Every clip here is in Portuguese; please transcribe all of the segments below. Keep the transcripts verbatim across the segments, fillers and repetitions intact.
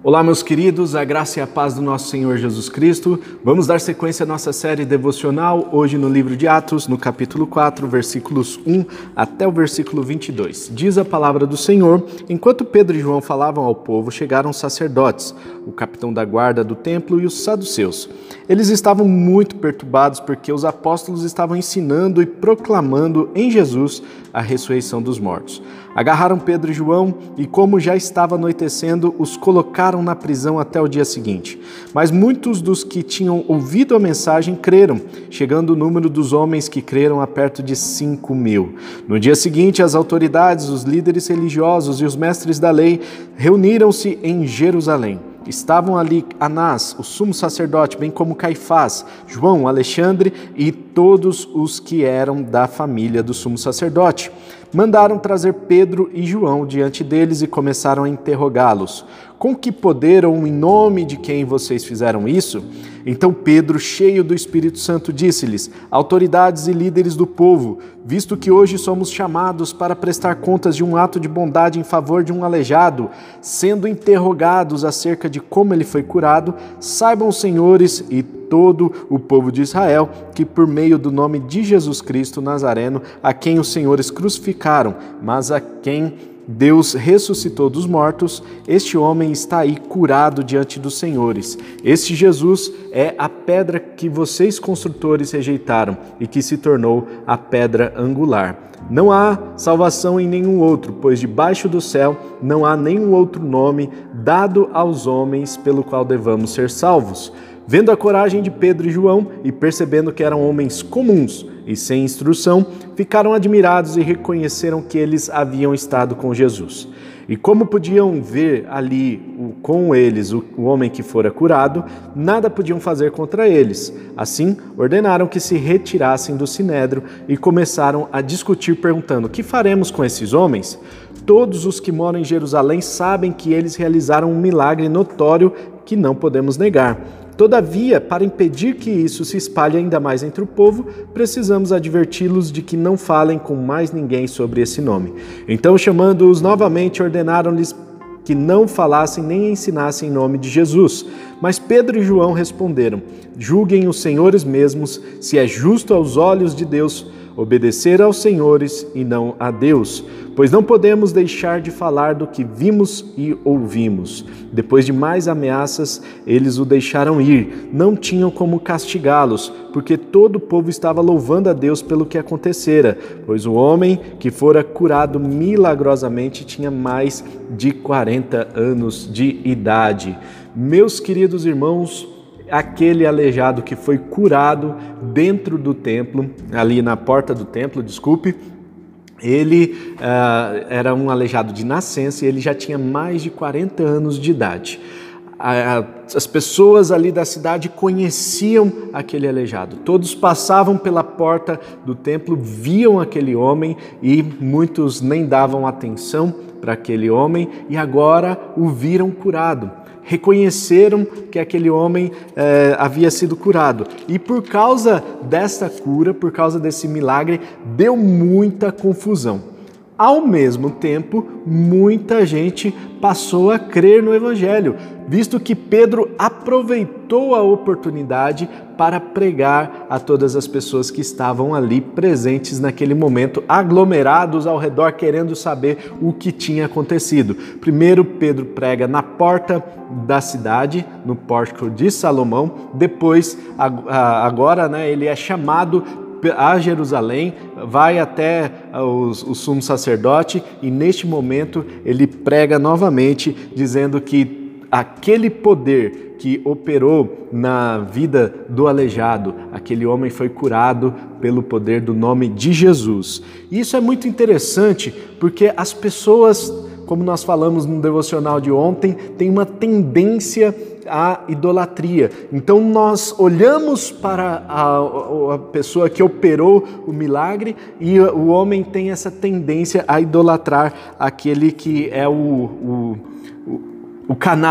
Olá, meus queridos, a graça e a paz do nosso Senhor Jesus Cristo. Vamos dar sequência à nossa série devocional, hoje no livro de Atos, no capítulo quatro, versículos um até o versículo vinte e dois. Diz a palavra do Senhor: enquanto Pedro e João falavam ao povo, chegaram os sacerdotes, o capitão da guarda do templo e os saduceus. Eles estavam muito perturbados porque os apóstolos estavam ensinando e proclamando em Jesus a ressurreição dos mortos. Agarraram Pedro e João e, como já estava anoitecendo, os colocaram na prisão até o dia seguinte. Mas muitos dos que tinham ouvido a mensagem creram, chegando o número dos homens que creram a perto de cinco mil. No dia seguinte, as autoridades, os líderes religiosos e os mestres da lei reuniram-se em Jerusalém. Estavam ali Anás, o sumo sacerdote, bem como Caifás, João, Alexandre e todos os que eram da família do sumo sacerdote. Mandaram trazer Pedro e João diante deles e começaram a interrogá-los. Com que poder ou em nome de quem vocês fizeram isso? Então Pedro, cheio do Espírito Santo, disse-lhes: autoridades e líderes do povo, visto que hoje somos chamados para prestar contas de um ato de bondade em favor de um aleijado, sendo interrogados acerca de como ele foi curado, saibam os senhores e todo o povo de Israel que por meio do nome de Jesus Cristo Nazareno, a quem os senhores crucificaram, mas a quem Deus ressuscitou dos mortos, este homem está aí curado diante dos senhores. Este Jesus é a pedra que vocês construtores rejeitaram e que se tornou a pedra angular. Não há salvação em nenhum outro, pois debaixo do céu não há nenhum outro nome dado aos homens pelo qual devamos ser salvos. Vendo a coragem de Pedro e João e percebendo que eram homens comuns e sem instrução, ficaram admirados e reconheceram que eles haviam estado com Jesus. E como podiam ver ali com eles o, o homem que fora curado, nada podiam fazer contra eles. Assim, ordenaram que se retirassem do sinédrio e começaram a discutir, perguntando: que faremos com esses homens? Todos os que moram em Jerusalém sabem que eles realizaram um milagre notório que não podemos negar. Todavia, para impedir que isso se espalhe ainda mais entre o povo, precisamos adverti-los de que não falem com mais ninguém sobre esse nome. Então, chamando-os novamente, ordenaram-lhes que não falassem nem ensinassem em nome de Jesus. Mas Pedro e João responderam: julguem os senhores mesmos se é justo aos olhos de Deus obedecer aos senhores e não a Deus, pois não podemos deixar de falar do que vimos e ouvimos. Depois de mais ameaças, eles o deixaram ir. Não tinham como castigá-los, porque todo o povo estava louvando a Deus pelo que acontecera, pois o homem que fora curado milagrosamente tinha mais de quarenta anos de idade. Meus queridos irmãos, aquele aleijado que foi curado dentro do templo, ali na porta do templo, desculpe, ele uh, era um aleijado de nascença e ele já tinha mais de quarenta anos de idade. As pessoas ali da cidade conheciam aquele aleijado. Todos passavam pela porta do templo, viam aquele homem e muitos nem davam atenção para aquele homem e agora o viram curado. Reconheceram que aquele homem eh, havia sido curado. E por causa dessa cura, por causa desse milagre, deu muita confusão. Ao mesmo tempo, muita gente passou a crer no Evangelho, visto que Pedro aproveitou a oportunidade para pregar a todas as pessoas que estavam ali presentes naquele momento, aglomerados ao redor, querendo saber o que tinha acontecido. Primeiro, Pedro prega na porta da cidade, no pórtico de Salomão. Depois, agora, né, ele é chamado a Jerusalém, vai até os, o sumo sacerdote e neste momento ele prega novamente, dizendo que aquele poder que operou na vida do aleijado, aquele homem foi curado pelo poder do nome de Jesus. E isso é muito interessante porque as pessoas, como nós falamos no devocional de ontem, têm uma tendência à idolatria. Então nós olhamos para a, a pessoa que operou o milagre e o homem tem essa tendência a idolatrar aquele que é o, o, o canal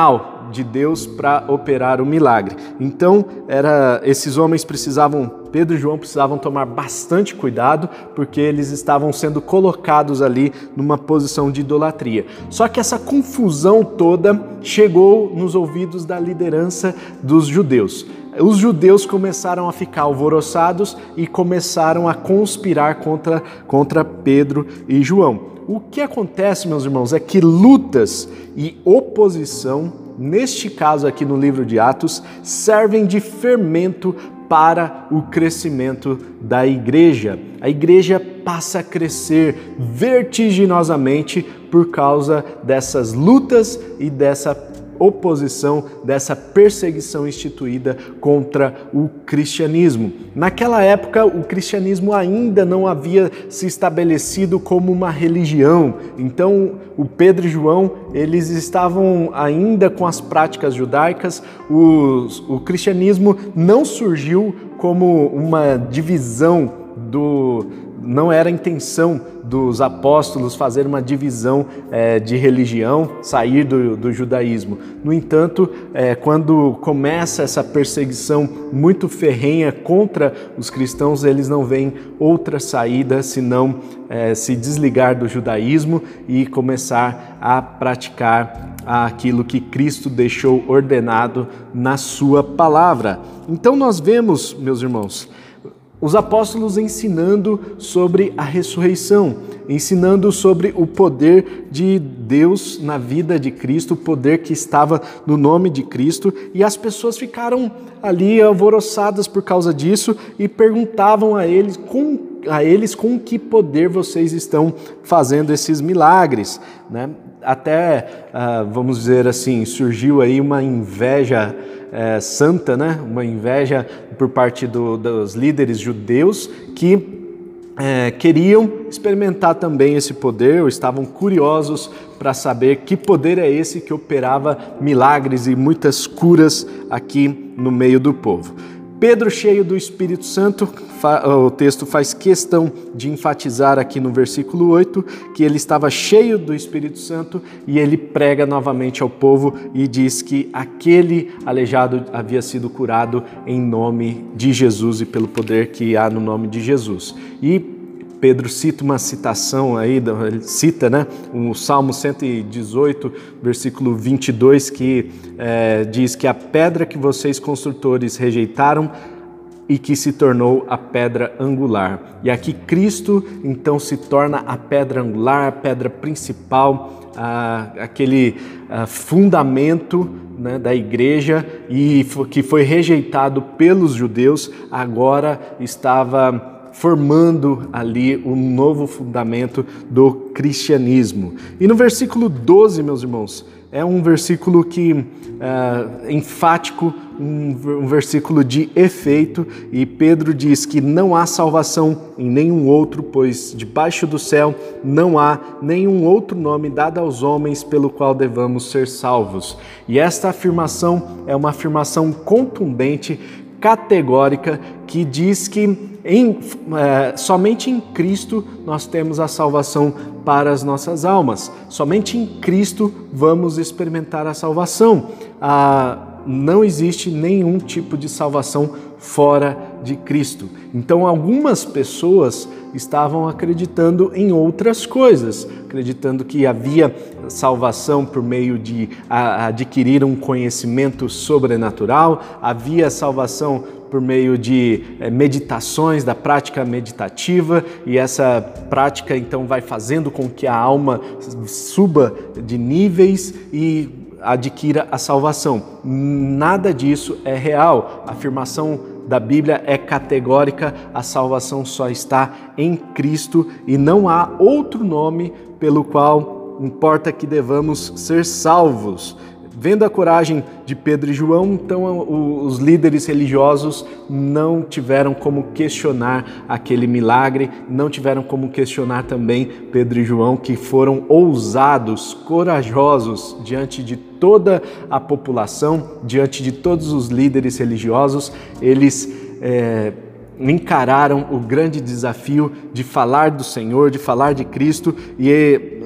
de Deus para operar o milagre. Então, era, esses homens precisavam, Pedro e João precisavam tomar bastante cuidado, porque eles estavam sendo colocados ali numa posição de idolatria. Só que essa confusão toda chegou nos ouvidos da liderança dos judeus. Os judeus começaram a ficar alvoroçados e começaram a conspirar contra, contra Pedro e João. O que acontece, meus irmãos, é que lutas e oposição, neste caso aqui no livro de Atos, servem de fermento para o crescimento da igreja. A igreja passa a crescer vertiginosamente por causa dessas lutas e dessa oposição, dessa perseguição instituída contra o cristianismo. Naquela época, o cristianismo ainda não havia se estabelecido como uma religião. Então, o Pedro e João, eles estavam ainda com as práticas judaicas. Os, o cristianismo não surgiu como uma divisão do... Não era a intenção dos apóstolos fazer uma divisão é, de religião, sair do, do judaísmo. No entanto, é, quando começa essa perseguição muito ferrenha contra os cristãos, eles não veem outra saída senão é, se desligar do judaísmo e começar a praticar aquilo que Cristo deixou ordenado na sua palavra. Então nós vemos, meus irmãos, os apóstolos ensinando sobre a ressurreição, ensinando sobre o poder de Deus na vida de Cristo, o poder que estava no nome de Cristo, e as pessoas ficaram ali alvoroçadas por causa disso e perguntavam a eles com, a eles com que poder vocês estão fazendo esses milagres, né? Até, vamos dizer assim, surgiu aí uma inveja é, santa, né? Uma inveja por parte do, dos líderes judeus que é, queriam experimentar também esse poder, ou estavam curiosos para saber que poder é esse que operava milagres e muitas curas aqui no meio do povo. Pedro, cheio do Espírito Santo, o texto faz questão de enfatizar aqui no versículo oito que ele estava cheio do Espírito Santo e ele prega novamente ao povo e diz que aquele aleijado havia sido curado em nome de Jesus e pelo poder que há no nome de Jesus. E Pedro cita uma citação aí, ele cita, né, o Salmo cento e dezoito, versículo vinte e dois, que é, diz que a pedra que vocês construtores rejeitaram e que se tornou a pedra angular. E aqui Cristo, então, se torna a pedra angular, a pedra principal, a, aquele a, fundamento, né, da igreja, e que foi rejeitado pelos judeus, agora estava formando ali um novo fundamento do cristianismo. E no versículo doze, meus irmãos, é um versículo que é enfático, um, um versículo de efeito, e Pedro diz que não há salvação em nenhum outro, pois debaixo do céu não há nenhum outro nome dado aos homens pelo qual devamos ser salvos. E esta afirmação é uma afirmação contundente, categórica, que diz que em, é, somente em Cristo nós temos a salvação para as nossas almas. Somente em Cristo vamos experimentar a salvação. Ah, não existe nenhum tipo de salvação fora de Cristo. Então, algumas pessoas estavam acreditando em outras coisas, acreditando que havia salvação por meio de a, adquirir um conhecimento sobrenatural, havia salvação por meio de é, meditações, da prática meditativa, e essa prática então vai fazendo com que a alma suba de níveis e adquira a salvação. Nada disso é real. A afirmação da Bíblia é categórica, a salvação só está em Cristo e não há outro nome pelo qual importa que devamos ser salvos. Vendo a coragem de Pedro e João, então os líderes religiosos não tiveram como questionar aquele milagre, não tiveram como questionar também Pedro e João, que foram ousados, corajosos diante de toda a população, diante de todos os líderes religiosos. Eles é, encararam o grande desafio de falar do Senhor, de falar de Cristo, e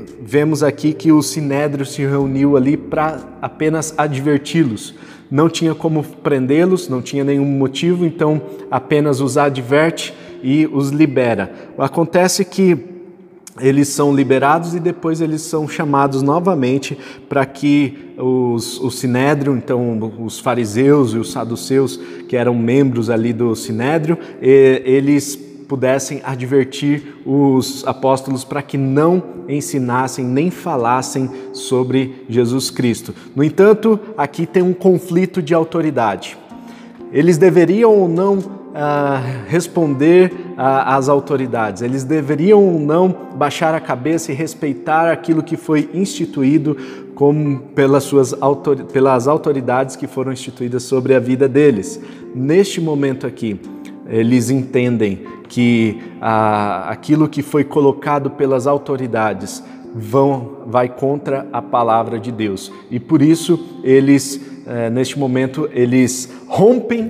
vemos aqui que o Sinédrio se reuniu ali para apenas adverti-los. Não tinha como prendê-los, não tinha nenhum motivo, então apenas os adverte e os libera. Acontece que eles são liberados e depois eles são chamados novamente para que os, o Sinédrio, então os fariseus e os saduceus, que eram membros ali do Sinédrio, eles pudessem advertir os apóstolos para que não ensinassem nem falassem sobre Jesus Cristo. No entanto, aqui tem um conflito de autoridade. Eles deveriam ou não uh, responder uh, às autoridades, eles deveriam ou não baixar a cabeça e respeitar aquilo que foi instituído como pelas, suas autor... pelas autoridades que foram instituídas sobre a vida deles. Neste momento aqui, eles entendem que ah, aquilo que foi colocado pelas autoridades vão, vai contra a palavra de Deus. E por isso, eles, eh, neste momento, eles rompem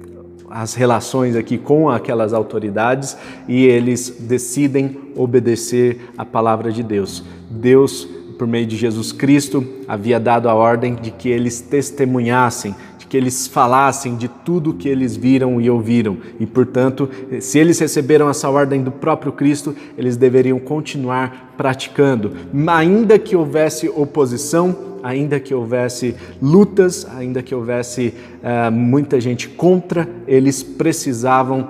as relações aqui com aquelas autoridades e eles decidem obedecer a palavra de Deus. Deus, por meio de Jesus Cristo, havia dado a ordem de que eles testemunhassem, que eles falassem de tudo que eles viram e ouviram. E, portanto, se eles receberam essa ordem do próprio Cristo, eles deveriam continuar praticando. Ainda que houvesse oposição, ainda que houvesse lutas, ainda que houvesse uh, muita gente contra, eles precisavam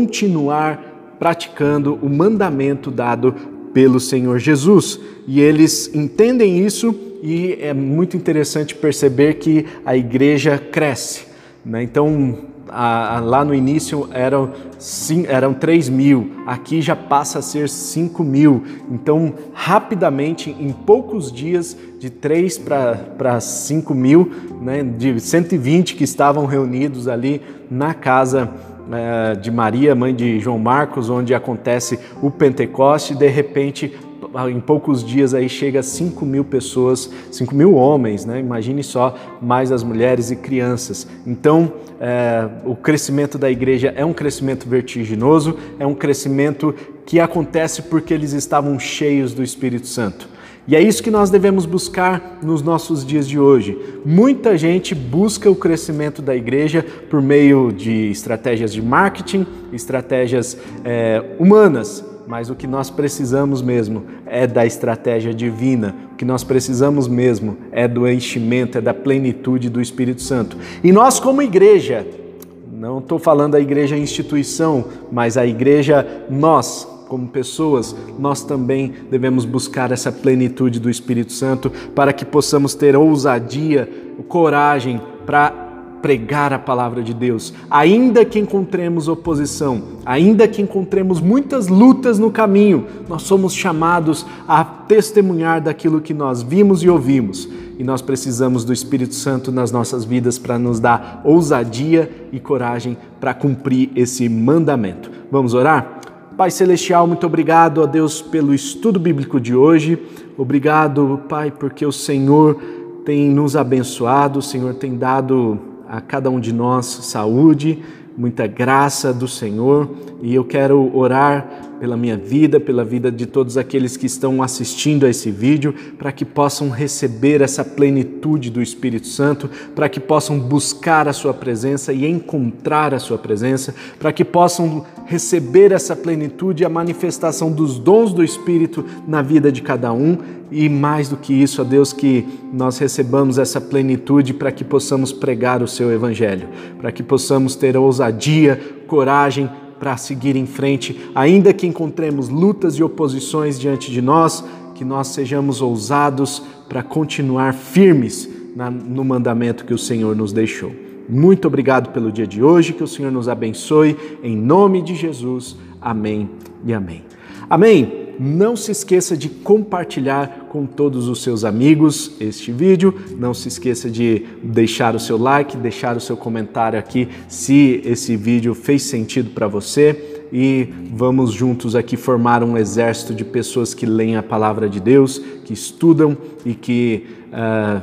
continuar praticando o mandamento dado pelo Senhor Jesus. E eles entendem isso. E é muito interessante perceber que a igreja cresce, né? Então, a, a, lá no início eram, sim, eram três mil, aqui já passa a ser cinco mil. Então, rapidamente, em poucos dias, de três para cinco mil, né, de cento e vinte que estavam reunidos ali na casa é, de Maria, mãe de João Marcos, onde acontece o Pentecoste, de repente, em poucos dias aí chega a cinco mil pessoas, cinco mil homens, né? Imagine só, mais as mulheres e crianças. Então, é, o crescimento da igreja é um crescimento vertiginoso, é um crescimento que acontece porque eles estavam cheios do Espírito Santo. E é isso que nós devemos buscar nos nossos dias de hoje. Muita gente busca o crescimento da igreja por meio de estratégias de marketing, estratégias é, humanas, mas o que nós precisamos mesmo é da estratégia divina. O que nós precisamos mesmo é do enchimento, é da plenitude do Espírito Santo. E nós como igreja, não estou falando da igreja instituição, mas a igreja, nós como pessoas, nós também devemos buscar essa plenitude do Espírito Santo para que possamos ter ousadia, coragem para pregar a palavra de Deus, ainda que encontremos oposição, ainda que encontremos muitas lutas no caminho, nós somos chamados a testemunhar daquilo que nós vimos e ouvimos. E nós precisamos do Espírito Santo nas nossas vidas para nos dar ousadia e coragem para cumprir esse mandamento. Vamos orar? Pai Celestial, muito obrigado, ó Deus, pelo estudo bíblico de hoje. Obrigado, Pai, porque o Senhor tem nos abençoado, o Senhor tem dado a cada um de nós saúde, muita graça do Senhor, e eu quero orar pela minha vida, pela vida de todos aqueles que estão assistindo a esse vídeo, para que possam receber essa plenitude do Espírito Santo, para que possam buscar a sua presença e encontrar a sua presença, para que possam receber essa plenitude e a manifestação dos dons do Espírito na vida de cada um. E mais do que isso, ó Deus, que nós recebamos essa plenitude para que possamos pregar o Seu Evangelho, para que possamos ter ousadia, coragem para seguir em frente, ainda que encontremos lutas e oposições diante de nós, que nós sejamos ousados para continuar firmes na, no mandamento que o Senhor nos deixou. Muito obrigado pelo dia de hoje, que o Senhor nos abençoe, em nome de Jesus. Amém e amém. Amém. Não se esqueça de compartilhar com todos os seus amigos este vídeo. Não se esqueça de deixar o seu like, deixar o seu comentário aqui se esse vídeo fez sentido para você. E vamos juntos aqui formar um exército de pessoas que leem a palavra de Deus, que estudam e que uh,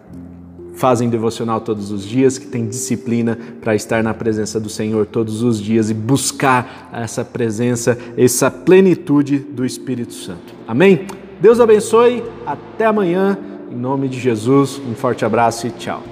fazem devocional todos os dias, que têm disciplina para estar na presença do Senhor todos os dias e buscar essa presença, essa plenitude do Espírito Santo. Amém? Deus abençoe, até amanhã, em nome de Jesus, um forte abraço e tchau.